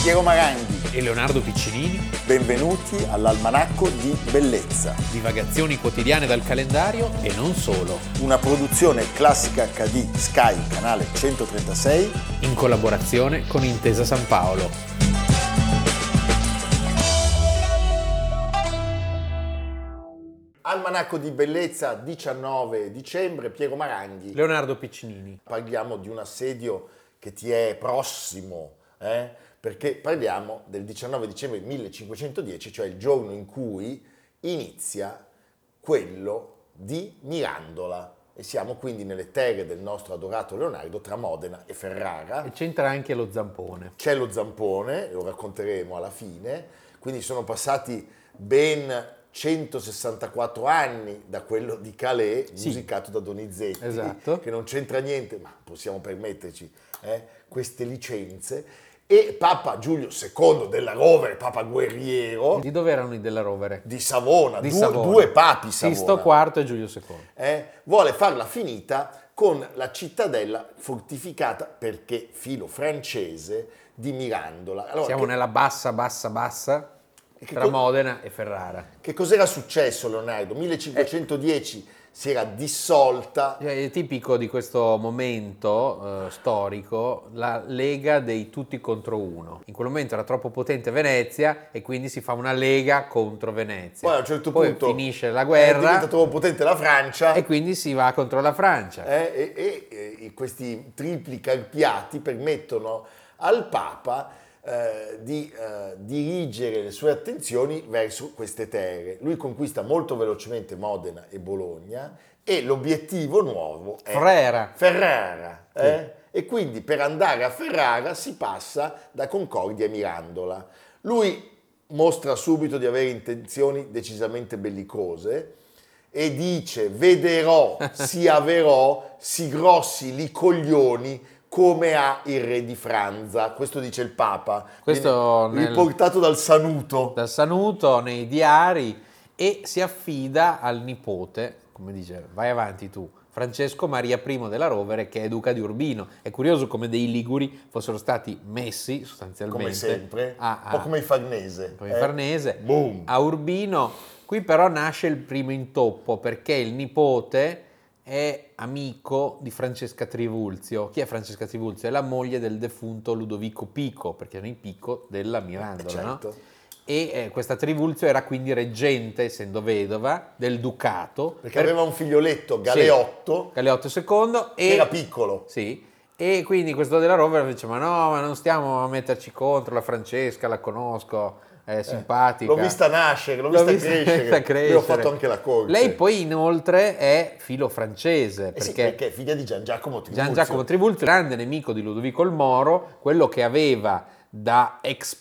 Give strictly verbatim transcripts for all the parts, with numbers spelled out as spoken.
Piero Maranghi e Leonardo Piccinini. Benvenuti all'Almanacco di Bellezza. Divagazioni quotidiane dal calendario e non solo. Una produzione Classica acca di Sky, canale centotrentasei. In collaborazione con Intesa San Paolo. Almanacco di Bellezza, diciannove dicembre, Piero Maranghi. Leonardo Piccinini. Parliamo di un assedio che ti è prossimo, eh? Perché parliamo del diciannove dicembre millecinquecentodieci, cioè il giorno in cui inizia quello di Mirandola. E siamo quindi nelle terre del nostro adorato Leonardo, tra Modena e Ferrara. E c'entra anche lo zampone. C'è lo zampone, lo racconteremo alla fine, quindi sono passati ben centosessantaquattro anni da quello di Calais, sì, musicato da Donizetti, esatto, che non c'entra niente, ma possiamo permetterci eh, queste licenze. E Papa Giulio secondo della Rovere, Papa guerriero. Di dove erano i della Rovere? Di Savona, di due, Savona. due papi Savona. Sisto quarto e Giulio secondo. Eh, vuole farla finita con la cittadella fortificata, perché filo francese, di Mirandola. Allora, siamo che... nella bassa, bassa, bassa, tra co... Modena e Ferrara. Che cos'era successo, Leonardo? millecinquecentodieci eh. si era dissolta. È tipico di questo momento eh, storico la lega dei tutti contro uno. In quel momento era troppo potente Venezia e quindi si fa una lega contro Venezia. Poi a un certo Poi punto finisce la guerra. Diventa troppo potente la Francia. E quindi si va contro la Francia. Eh, e, e, e questi tripli carpiati permettono al Papa Eh, di eh, dirigere le sue attenzioni verso queste terre. Lui conquista molto velocemente Modena e Bologna e l'obiettivo nuovo è Ferrara. Ferrara Sì. eh? E quindi per andare a Ferrara si passa da Concordia a Mirandola. Lui mostra subito di avere intenzioni decisamente bellicose e dice: vedrò, si averò, si grossi li coglioni come ha il re di Franza. Questo dice il Papa, questo nel, riportato dal Sanuto. Dal Sanuto nei diari, e si affida al nipote, come dice, vai avanti tu, Francesco Maria I della Rovere, che è duca di Urbino. È curioso come dei Liguri fossero stati messi sostanzialmente, come sempre, a, a, o come i Farnese, come eh? i Farnese Boom. A Urbino. Qui però nasce il primo intoppo, perché il nipote è amico di Francesca Trivulzio. Chi è Francesca Trivulzio? È la moglie del defunto Ludovico Pico, perché erano i Pico della Mirandola, certo. No? E eh, questa Trivulzio era quindi reggente, essendo vedova, del ducato. Perché per... aveva un figlioletto, Galeotto, sì, Galeotto secondo, che e era piccolo. Sì, e quindi questo della Rovere dice: ma no, ma non stiamo a metterci contro la Francesca, la conosco, è simpatica. Eh, l'ho vista nascere, l'ho, l'ho vista, vista crescere, crescere. Io ho fatto anche la corte. Lei poi inoltre è filo francese, eh perché, sì, perché è figlia di Gian Giacomo Trivulzio. Gian Giacomo Trivulzio, grande nemico di Ludovico il Moro, quello che aveva da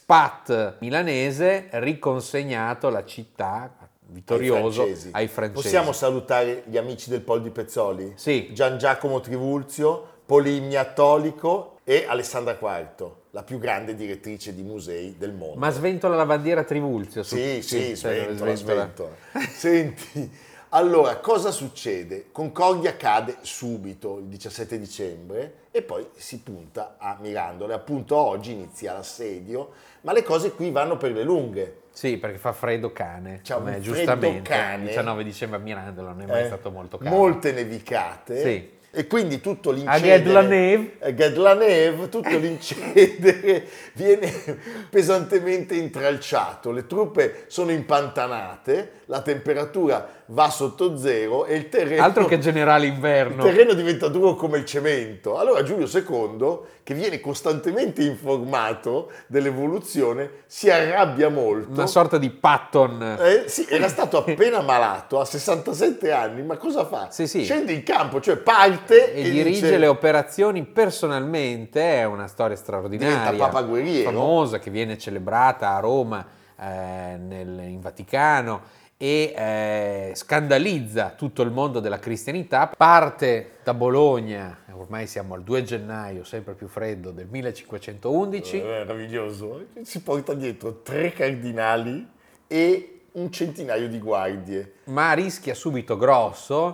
expat milanese riconsegnato la città vittorioso ai francesi. ai francesi. Possiamo salutare gli amici del Pol di Pezzoli? Sì. Gian Giacomo Trivulzio, Poligny Attolico e Alessandra quarto, la più grande direttrice di musei del mondo. Ma sventola la bandiera Trivulzio? Su... Sì, sì, sì, sventola, sventola. sventola. Senti, allora cosa succede? Concordia cade subito il diciassette dicembre e poi si punta a Mirandola. Appunto oggi inizia l'assedio, ma le cose qui vanno per le lunghe. Sì, perché fa freddo cane, C'è come un giustamente cane. il diciannove dicembre a Mirandola non è mai eh, stato molto caldo. Molte nevicate. Sì. E quindi tutto l'incedere, a Ged la Neve, a Ged la Neve, tutto l'incedere viene pesantemente intralciato, le truppe sono impantanate, la temperatura va sotto zero e il terreno... Altro che generale inverno. Il terreno diventa duro come il cemento. Allora Giulio secondo, che viene costantemente informato dell'evoluzione, si arrabbia molto. Una sorta di Patton. Eh, sì, era stato appena malato, a sessantasette anni, ma cosa fa? Sì, sì. Scende in campo, cioè parte e, e dirige dice... le operazioni personalmente. È una storia straordinaria, diventa Papa guerriero, famosa, che viene celebrata a Roma, eh, nel, in Vaticano, e eh, scandalizza tutto il mondo della cristianità. Parte da Bologna, ormai siamo al due gennaio, sempre più freddo, del millecinquecentoundici. Eh, meraviglioso, si porta dietro tre cardinali e un centinaio di guardie. Ma rischia subito grosso,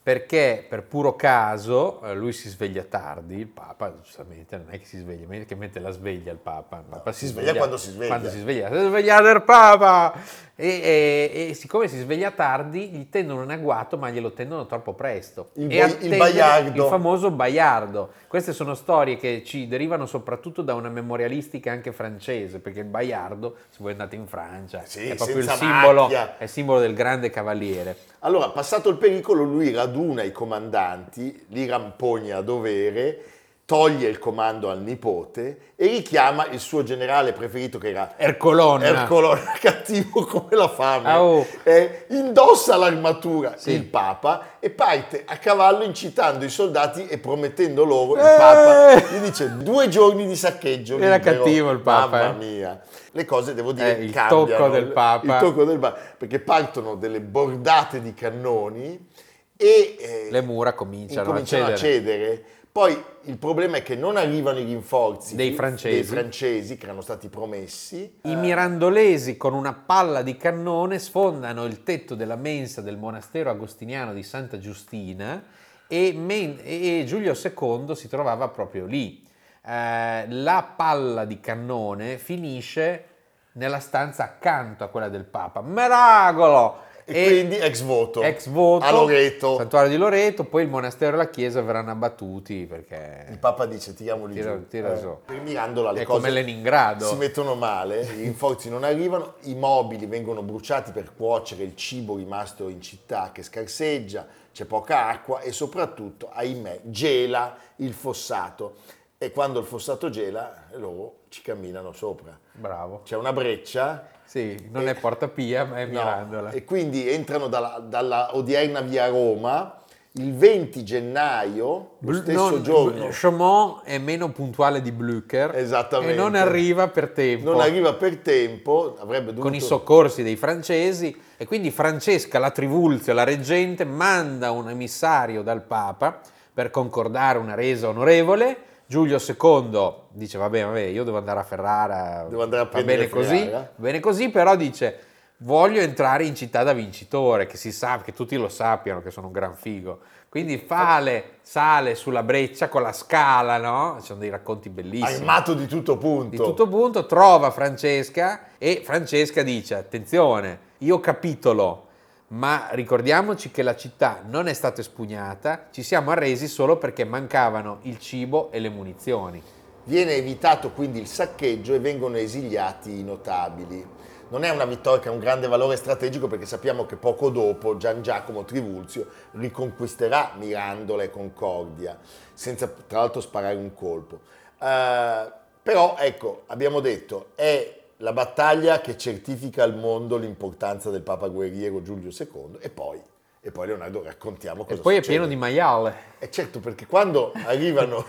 perché per puro caso eh, lui si sveglia tardi, il Papa giustamente non è che si sveglia, che mette la sveglia il Papa, il Papa No, si sveglia quando si sveglia. Quando si sveglia, si è svegliato il Papa! E, e, e siccome si sveglia tardi gli tendono un agguato, ma glielo tendono troppo presto. Il, e boi, il baiardo. Il famoso baiardo. Queste sono storie che ci derivano soprattutto da una memorialistica anche francese, perché il baiardo, se voi andate in Francia, sì, è proprio il senza simbolo, macchia. è il simbolo del grande cavaliere. Allora, passato il pericolo, lui raduna i comandanti, li rampogna a dovere, toglie il comando al nipote e richiama il suo generale preferito, che era Ercolonna, Ercolonna cattivo come la fame, ah, oh. eh, indossa l'armatura, sì. il Papa, e parte a cavallo incitando i soldati e promettendo loro, il eh. Papa gli dice due giorni di saccheggio era libero. cattivo il Papa, mamma eh. mia. Le cose, devo dire, eh, il cambiano. Tocco del Papa. Il tocco del Papa, perché partono delle bordate di cannoni e eh, le mura cominciano, cominciano a, cedere. a cedere. Poi il problema è che non arrivano i rinforzi dei francesi. dei francesi che erano stati promessi. I mirandolesi con una palla di cannone sfondano il tetto della mensa del monastero agostiniano di Santa Giustina e, men- e Giulio secondo si trovava proprio lì. Eh, la palla di cannone finisce nella stanza accanto a quella del Papa. Miracolo! E, e quindi ex voto, ex voto a Loreto, santuario di Loreto, poi il monastero e la chiesa verranno abbattuti perché il Papa dice tiriamoli tira, giù. Tira eh, su. per Mirandola le è cose come Leningrado, si mettono male, i rinforzi non arrivano, i mobili vengono bruciati per cuocere il cibo rimasto in città che scarseggia, c'è poca acqua e soprattutto, ahimè, gela il fossato. E quando il fossato gela, loro ci camminano sopra. Bravo. C'è una breccia. Sì, non e, è Porta Pia, ma è Mirandola. No, e quindi entrano dalla, dalla odierna via Roma il venti gennaio, lo stesso non, giorno. Chaumont è meno puntuale di Blücher. Esattamente. E non arriva per tempo. Non arriva per tempo, avrebbe dovuto... Con i soccorsi dei francesi. E quindi Francesca, la Trivulzio, la reggente, manda un emissario dal Papa per concordare una resa onorevole. Giulio secondo dice va bene, va bene, io devo andare a Ferrara, devo andare a va bene così, Ferrara. va bene così, però dice voglio entrare in città da vincitore, che si sa, che tutti lo sappiano che sono un gran figo. Quindi Fale sale sulla breccia con la scala, no? Ci sono dei racconti bellissimi. Armato di tutto punto. Di tutto punto, trova Francesca e Francesca dice attenzione, io capitolo, ma ricordiamoci che la città non è stata espugnata, ci siamo arresi solo perché mancavano il cibo e le munizioni. Viene evitato quindi il saccheggio e vengono esiliati i notabili. Non è una vittoria che ha un grande valore strategico perché sappiamo che poco dopo Gian Giacomo Trivulzio riconquisterà Mirandola e Concordia, senza tra l'altro sparare un colpo. Uh, però ecco, abbiamo detto, è la battaglia che certifica al mondo l'importanza del Papa guerriero Giulio secondo e poi, e poi Leonardo raccontiamo cosa succede. E poi succede. È pieno di maiale. E certo, perché quando arrivano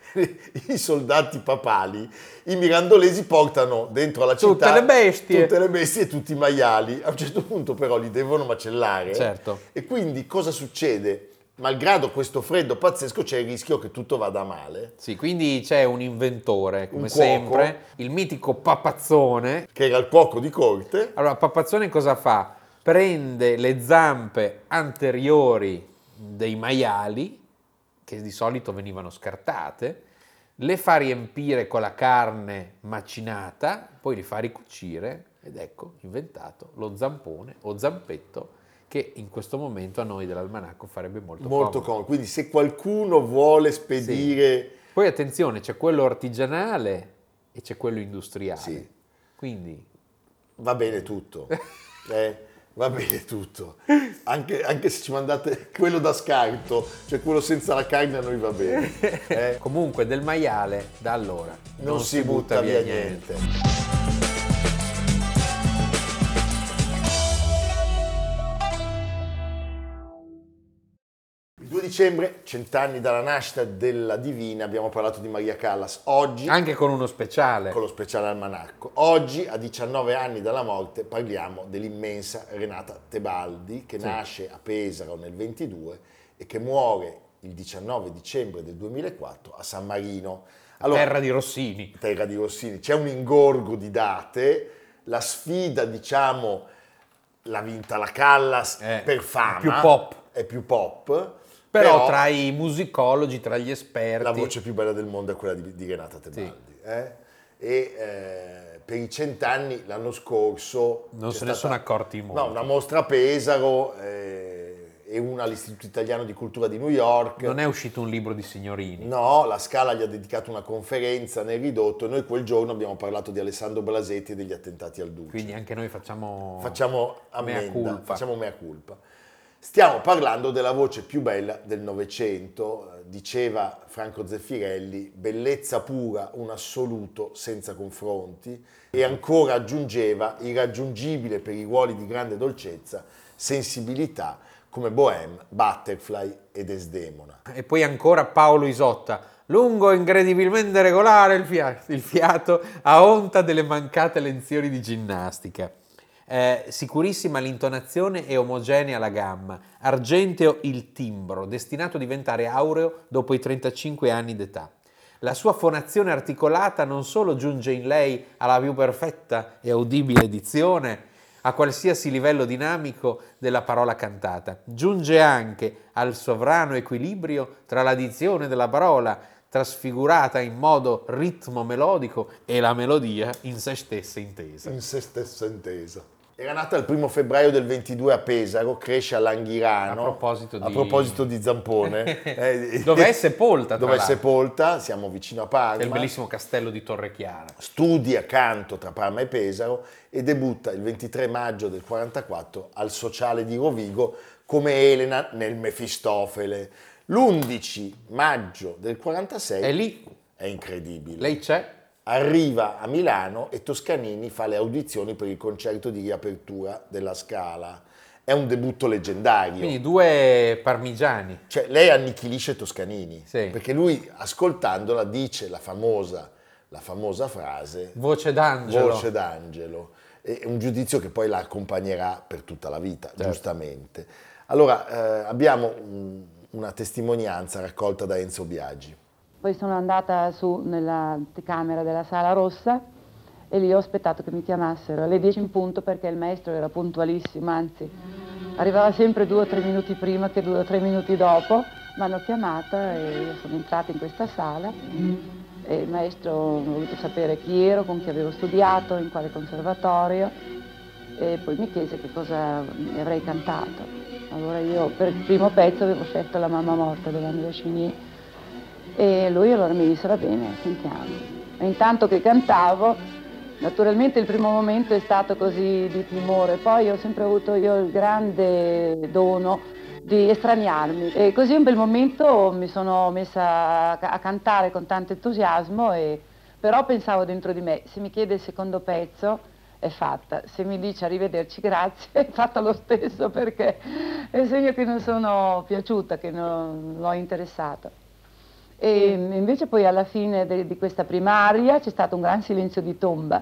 i soldati papali, i mirandolesi portano dentro la città tutte le bestie, tutte le bestie e tutti i maiali. A un certo punto però li devono macellare. Certo. E quindi cosa succede? Malgrado questo freddo pazzesco c'è il rischio che tutto vada male. Sì, quindi c'è un inventore, come un cuoco, sempre, il mitico Papazzone. Che era il cuoco di corte. Allora, Papazzone cosa fa? Prende le zampe anteriori dei maiali, che di solito venivano scartate, le fa riempire con la carne macinata, poi li fa ricucire ed ecco inventato lo zampone o zampetto, che in questo momento a noi dell'almanacco farebbe molto, molto comodo. comodo. Quindi se qualcuno vuole spedire... Sì. Poi attenzione, c'è quello artigianale e c'è quello industriale. Sì. Quindi... Va bene tutto. eh, va bene tutto. Anche, anche se ci mandate quello da scarto, cioè quello senza la carne, a noi va bene. Eh. Comunque del maiale, da allora, non, non si, si butta, butta via, via niente. niente. due dicembre, cent'anni dalla nascita della Divina, abbiamo parlato di Maria Callas. Oggi, anche con uno speciale. Con lo speciale almanacco. Oggi, a diciannove anni dalla morte, parliamo dell'immensa Renata Tebaldi, che sì. nasce a Pesaro nel ventidue e che muore il diciannove dicembre del duemilaquattro a San Marino. Allora, terra di Rossini. Terra di Rossini. C'è un ingorgo di date, la sfida, diciamo, l'ha vinta la Callas eh, per fama. È più pop. È più pop. Però, Però tra i musicologi, tra gli esperti... la voce più bella del mondo è quella di, di Renata Tebaldi. Sì. Eh? E eh, per i cent'anni l'anno scorso... Non se stata, ne sono accorti molti. No, una mostra a Pesaro eh, e una all'Istituto Italiano di Cultura di New York. Non è uscito un libro di Signorini. No, la Scala gli ha dedicato una conferenza nel ridotto e noi quel giorno abbiamo parlato di Alessandro Blasetti e degli attentati al Duce. Quindi anche noi facciamo... Facciamo ammenda, mea culpa. Facciamo mea culpa. Stiamo parlando della voce più bella del Novecento, diceva Franco Zeffirelli, bellezza pura, un assoluto senza confronti, e ancora aggiungeva irraggiungibile per i ruoli di grande dolcezza, sensibilità come Bohème, Butterfly e Desdemona. E poi ancora Paolo Isotta, lungo e incredibilmente regolare il fiato, il fiato a onta delle mancate lezioni di ginnastica. Eh, sicurissima l'intonazione e omogenea la gamma, argenteo il timbro, destinato a diventare aureo dopo i trentacinque anni d'età. La sua fonazione articolata non solo giunge in lei alla più perfetta e udibile dizione, a qualsiasi livello dinamico della parola cantata, giunge anche al sovrano equilibrio tra la dizione della parola, trasfigurata in modo ritmo melodico, e la melodia in se stessa intesa. In se stessa intesa. Era nata il primo febbraio del ventidue a Pesaro, cresce a Langhirano. A proposito di, a proposito di Zampone. eh, dove è sepolta, tra Dove è l'altro. sepolta, siamo vicino a Parma. È il bellissimo castello di Torrechiara. Studia canto tra Parma e Pesaro e debutta il ventitré maggio del quarantaquattro al Sociale di Rovigo come Elena nel Mefistofele. L'undici maggio del quarantasei È lì. È incredibile. Lei c'è? Arriva a Milano e Toscanini fa le audizioni per il concerto di riapertura della Scala. È un debutto leggendario. Quindi due parmigiani. Cioè, lei annichilisce Toscanini, sì. Perché lui, ascoltandola, dice la famosa, la famosa frase Voce d'angelo. Voce d'angelo. È un giudizio che poi la accompagnerà per tutta la vita, certo. Giustamente. Allora, eh, abbiamo un, una testimonianza raccolta da Enzo Biagi. Poi sono andata su nella camera della Sala Rossa e lì ho aspettato che mi chiamassero alle dieci in punto, perché il maestro era puntualissimo, anzi arrivava sempre due o tre minuti prima che due o tre minuti dopo. Mi hanno chiamata e io sono entrata in questa sala e il maestro ha voluto sapere chi ero, con chi avevo studiato, in quale conservatorio, e poi mi chiese che cosa mi avrei cantato. Allora io per il primo pezzo avevo scelto La mamma morta dell'Andrea Chigny. E lui allora mi disse: va bene, sentiamo. E intanto che cantavo, naturalmente il primo momento è stato così di timore, poi ho sempre avuto io il grande dono di estraniarmi, e così in quel momento mi sono messa a cantare con tanto entusiasmo, e però pensavo dentro di me: se mi chiede il secondo pezzo è fatta, se mi dice arrivederci grazie è fatta lo stesso, perché è segno che non sono piaciuta, che non l'ho interessato. E invece poi alla fine de, di questa primaria c'è stato un gran silenzio di tomba,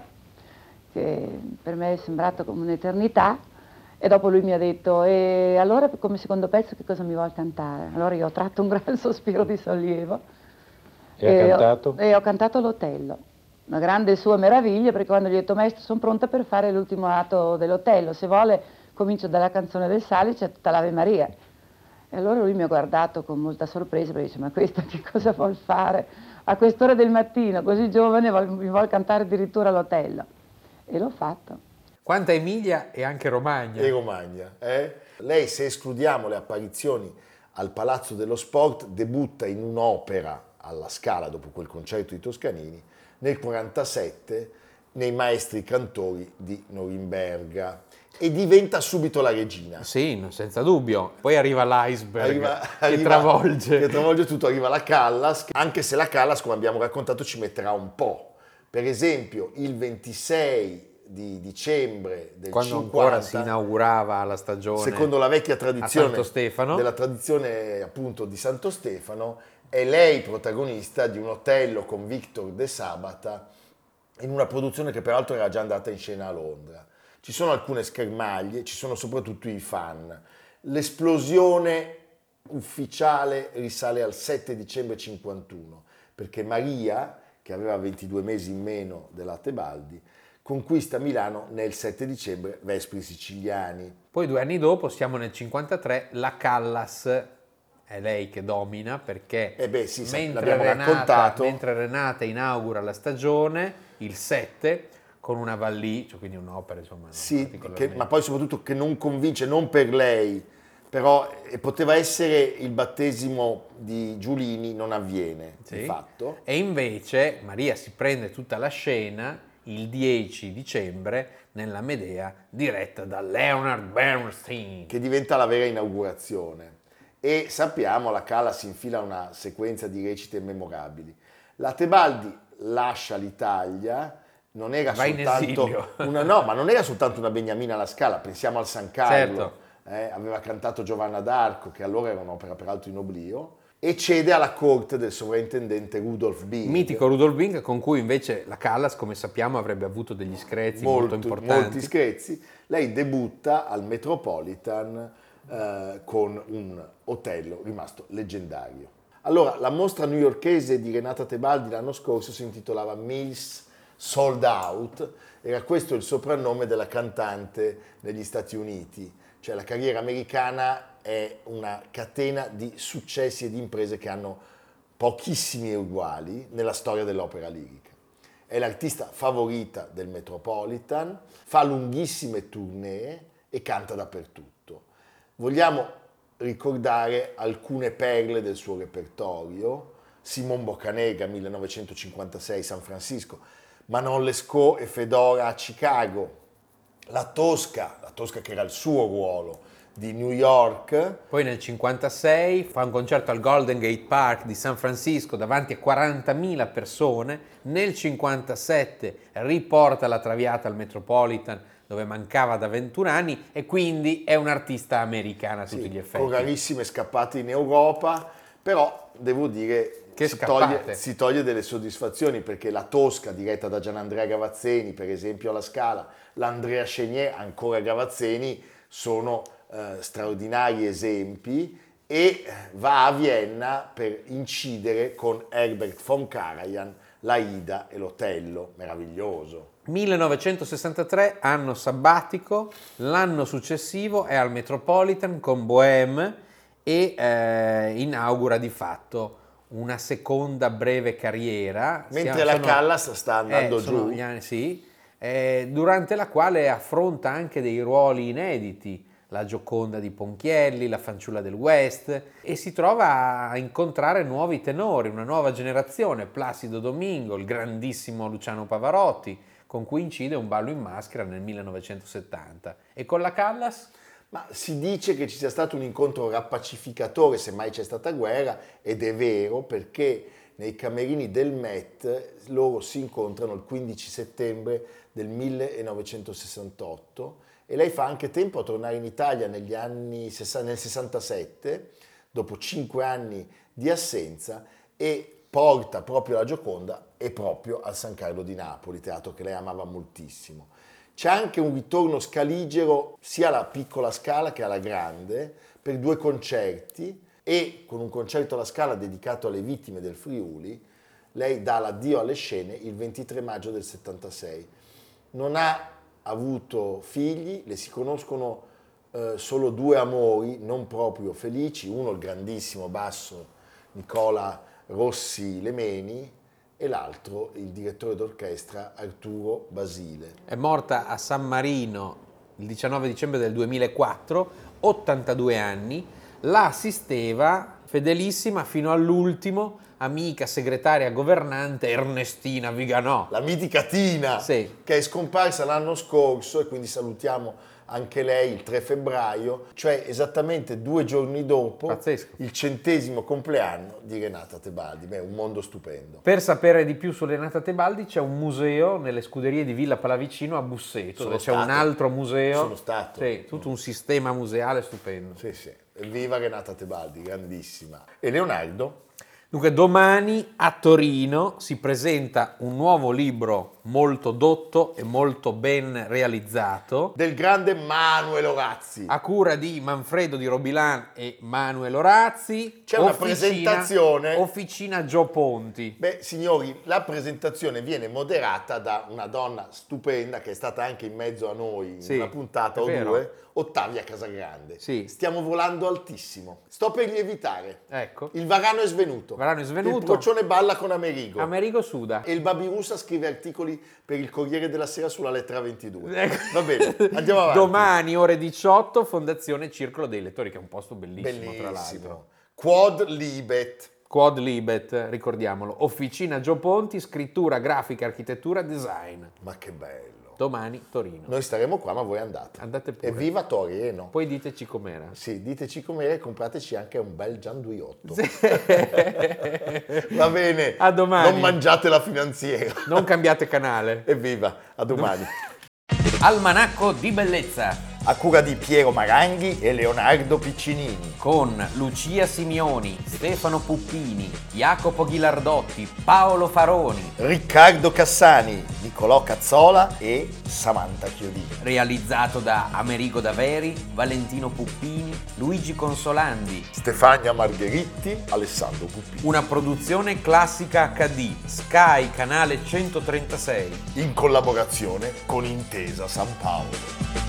che per me è sembrato come un'eternità, e dopo lui mi ha detto: e allora come secondo pezzo che cosa mi vuol cantare? Allora io ho tratto un gran sospiro di sollievo e, e, cantato? Ho, e ho cantato l'Otello. Una grande sua meraviglia, perché quando gli ho detto: maestro, sono pronta per fare l'ultimo atto dell'Otello, se vuole comincio dalla canzone del Sali, c'è tutta l'Ave Maria. E allora lui mi ha guardato con molta sorpresa, perché dice: ma questa che cosa vuol fare a quest'ora del mattino, così giovane, vuol, mi vuol cantare addirittura l'Otello. E l'ho fatto. Quanta Emilia e anche Romagna. E Romagna, eh? Lei, se escludiamo le apparizioni al Palazzo dello Sport, debutta in un'opera alla Scala dopo quel concerto di Toscanini nel quarantasette nei Maestri Cantori di Norimberga. E diventa subito la regina. Sì, senza dubbio. Poi arriva l'iceberg arriva, che arriva, travolge. Che travolge tutto, arriva la Callas, anche se la Callas, come abbiamo raccontato, ci metterà un po'. Per esempio, il ventisei di dicembre del quando cinquanta, ancora si inaugurava la stagione, secondo la vecchia tradizione Santo Stefano, della tradizione appunto di Santo Stefano, è lei protagonista di un Otello con Victor De Sabata, in una produzione che peraltro era già andata in scena a Londra. Ci sono alcune schermaglie, ci sono soprattutto i fan. L'esplosione ufficiale risale al sette dicembre cinquantuno, perché Maria, che aveva ventidue mesi in meno della Tebaldi, conquista Milano nel sette dicembre, Vespri siciliani. Poi due anni dopo, siamo nel cinquantatré, la Callas è lei che domina, perché Eh beh, sì, mentre, l'abbiamo Renata, raccontato. mentre Renata inaugura la stagione, il sette, con una Vallì, cioè quindi un'opera insomma non Sì, particolarmente... che- ma poi soprattutto che non convince, non per lei, però eh, poteva essere il battesimo di Giulini, non avviene, Sì. di fatto. E invece Maria si prende tutta la scena il dieci dicembre nella Medea, diretta da Leonard Bernstein. Che diventa la vera inaugurazione. E sappiamo, la Calla si infila una sequenza di recite memorabili. La Tebaldi lascia l'Italia, non era Va in soltanto esilio. una, no, ma non era soltanto una Beniamina alla Scala, pensiamo al San Carlo, Certo. eh, aveva cantato Giovanna d'Arco, che allora era un'opera peraltro in oblio, e cede alla corte del sovrintendente Rudolf Bing. Mitico Rudolf Bing, con cui invece la Callas, come sappiamo, avrebbe avuto degli screzi molto, Molto- importanti. molti screzi. Lei debutta al Metropolitan eh, con un Otello rimasto leggendario. Allora, la mostra newyorkese di Renata Tebaldi l'anno scorso si intitolava Miss Sold Out, era questo il soprannome della cantante negli Stati Uniti, cioè la carriera americana è una catena di successi e di imprese che hanno pochissimi uguali nella storia dell'opera lirica. È l'artista favorita del Metropolitan, fa lunghissime tournée e canta dappertutto. Vogliamo ricordare alcune perle del suo repertorio: Simon Boccanegra, millenovecentocinquantasei, San Francisco, Manon Lescaut e Fedora a Chicago, la Tosca, la Tosca che era il suo ruolo, di New York. Poi nel cinquantasei fa un concerto al Golden Gate Park di San Francisco davanti a quarantamila persone. Nel cinquantasette riporta la Traviata al Metropolitan, dove mancava da ventuno anni, e quindi è un'artista americana a tutti Sì, gli effetti. con rarissime scappate in Europa, però devo dire Che si scappate. toglie, si toglie delle soddisfazioni, perché la Tosca diretta da Gianandrea Gavazzeni, per esempio alla Scala, l'Andrea Chenier, ancora Gavazzeni, sono eh, straordinari esempi, e va a Vienna per incidere con Herbert von Karajan l'Aida e l'Otello, meraviglioso. millenovecentosessantatré, anno sabbatico, l'anno successivo è al Metropolitan con Bohème e eh, inaugura di fatto una seconda breve carriera. Mentre Siamo- la sono- Callas sta andando eh, sono giù. gli anni- sì, eh, durante la quale affronta anche dei ruoli inediti, la Gioconda di Ponchielli, la Fanciulla del West, e si trova a incontrare nuovi tenori, una nuova generazione, Placido Domingo, il grandissimo Luciano Pavarotti, con cui incide Un ballo in maschera nel millenovecentosettanta. E con la Callas? Ma si dice che ci sia stato un incontro rappacificatore, se mai c'è stata guerra, ed è vero, perché nei camerini del Met loro si incontrano il quindici settembre del millenovecentosessantotto, e lei fa anche tempo a tornare in Italia negli anni, nel sessantasette, dopo cinque anni di assenza, e porta proprio la Gioconda e proprio al San Carlo di Napoli, teatro che lei amava moltissimo. C'è anche un ritorno scaligero sia alla piccola Scala che alla grande, per due concerti, e con un concerto alla Scala dedicato alle vittime del Friuli. Lei dà l'addio alle scene il ventitré maggio del settantasei. Non ha avuto figli, le si conoscono eh, solo due amori non proprio felici, uno il grandissimo basso Nicola Rossi Lemeni, e l'altro il direttore d'orchestra Arturo Basile. È morta a San Marino il diciannove dicembre del duemilaquattro, ottantadue anni, la assisteva fedelissima fino all'ultimo amica segretaria governante Ernestina Viganò. La mitica Tina, Sì. che è scomparsa l'anno scorso, e quindi salutiamo anche lei il tre febbraio, cioè esattamente due giorni dopo Pazzesco. il centesimo compleanno di Renata Tebaldi. Beh, un mondo stupendo. Per sapere di più su Renata Tebaldi c'è un museo nelle scuderie di Villa Pallavicino a Busseto, Sono dove c'è stato. un altro museo. Sono stato. Sì, tutto un sistema museale stupendo. Sì, sì. Viva Renata Tebaldi, grandissima. E Leonardo? Dunque, domani a Torino si presenta un nuovo libro molto dotto e molto ben realizzato, Del grande Manuel Orazzi. a cura di Manfredo di Robilan e Manuel Orazzi. C'è una Officina- presentazione. Officina Gio Ponti. Beh, signori, la presentazione viene moderata da una donna stupenda che è stata anche in mezzo a noi in Sì, una puntata è o vero. due, Ottavia Casagrande. Sì. Stiamo volando altissimo. Sto per lievitare. Ecco. Il Varano è svenuto. Varano è svenuto. Il Procione balla con Amerigo. Amerigo suda. E il Babirussa scrive articoli per il Corriere della Sera sulla lettera ventidue. Ecco. Va bene, andiamo avanti. Domani, ore diciotto, Fondazione Circolo dei Lettori, che è un posto bellissimo, tra l'altro. Bellissimo. Quod Libet. Quod Libet, ricordiamolo. Officina Gio Ponti, scrittura, grafica, architettura, design. Ma che bello. Domani, Torino. Noi staremo qua, ma voi andate. Andate pure. Evviva Torino. Poi diteci com'era. Sì, diteci com'era e comprateci anche un bel gianduiotto. Sì. Va bene. A domani. Non mangiate la finanziera. Non cambiate canale. Evviva, a domani. Almanacco di bellezza A cura di Piero Maranghi e Leonardo Piccinini. con Lucia Simioni, Stefano Puppini, Jacopo Ghilardotti, Paolo Faroni. Riccardo Cassani, Nicolò Cazzola e Samantha Chiodini. Realizzato da Amerigo Daveri, Valentino Puppini, Luigi Consolandi. Stefania Margheritti, Alessandro Puppini. Una produzione Classica acca di, Sky, canale centotrentasei. In collaborazione con Intesa San Paolo.